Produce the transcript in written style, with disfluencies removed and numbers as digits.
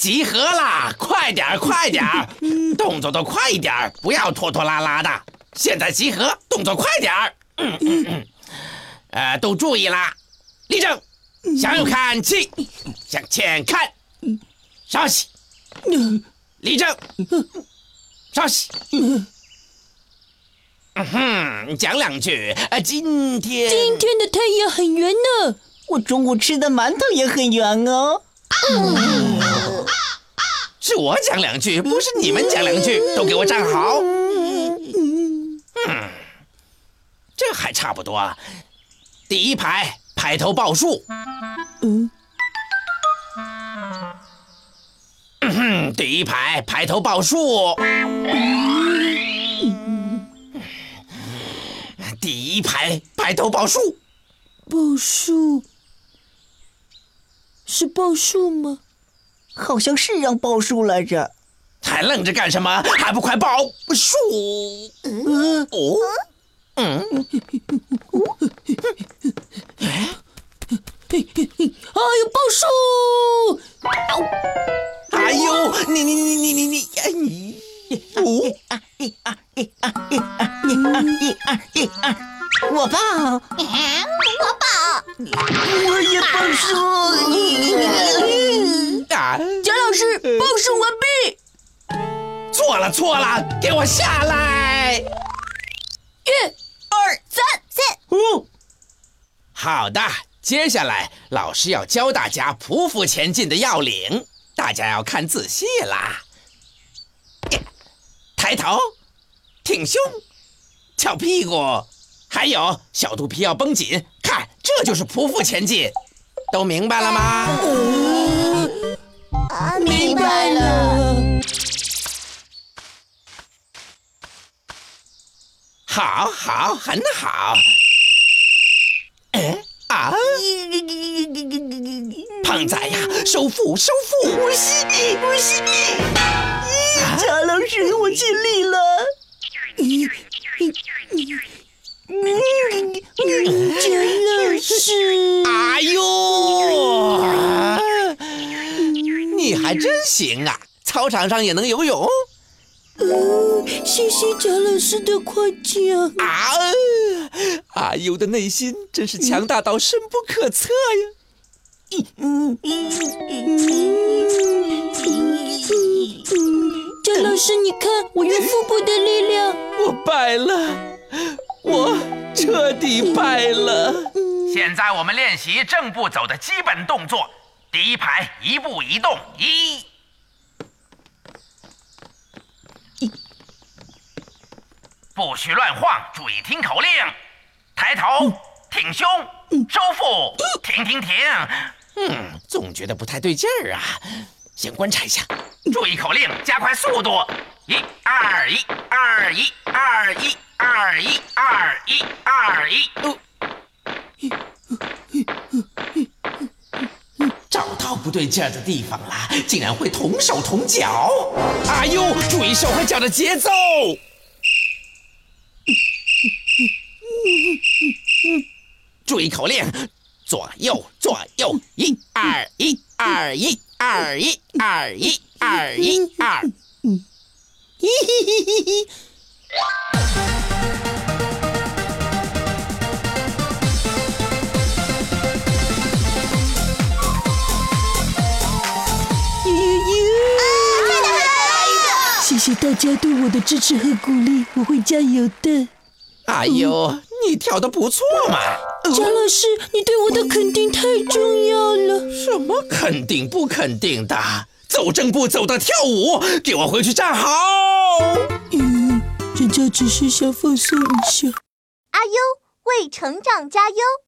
集合啦！快点，快点，动作都快一点，不要拖拖拉拉的。现在集合，动作快点。都注意啦！立正，向右看齐，向前看，稍息。立正，稍息。讲两句。今天的太阳很圆呢， 我中午吃的馒头也很圆哦。 是我讲两句，不是你们讲两句，都给我站好。这还差不多。第一排排头报数。第一排排头报数。第一排排头报数。 报数是报数吗？ 好像是让报数来着。 还愣着干什么？还不快报数！ 哎呦，报数！ 哎呦，你！ 我报， 我报， 我也报数。 贾老师，报数完毕。 错了，给我下来！ 1、2、3， 好的，接下来老师要教大家匍匐前进的要领，大家要看仔细啦。抬头，挺胸，翘屁股，还有小肚皮要绷紧，看，这就是匍匐前进，都明白了吗？ 明白了。 好，很好。胖仔呀，收腹！我吸你！ 贾老师，我尽力了。 贾老师， 哎呦，你还真行啊！操场上也能游泳。 谢谢贾老师的夸奖。 阿尤的内心真是强大到深不可测呀！ 贾老师，你看我用腹部的力量。 我败了，我彻底败了。现在我们练习正步走的基本动作。第一排一步一动，不许乱晃，注意听口令。抬头，挺胸，收腹，停。总觉得不太对劲儿啊，先观察一下。注意口令，加快速度。1、2、1、2、1、2、1、2、1、2、1。找到不对劲儿的地方了，竟然会同手同脚。哎呦，注意手和脚的节奏。注意口令，左右，1、2、1、2、1、2、1、2、1、2、1、2。 谢谢大家对我的支持和鼓励，我会加油的。 哎呦，你跳得不错嘛！ 贾老师，你对我的肯定太重要了。 什么肯定不肯定的？走正步，走到跳舞，给我回去站好。 人家只是想放松一下。 阿优为成长加油。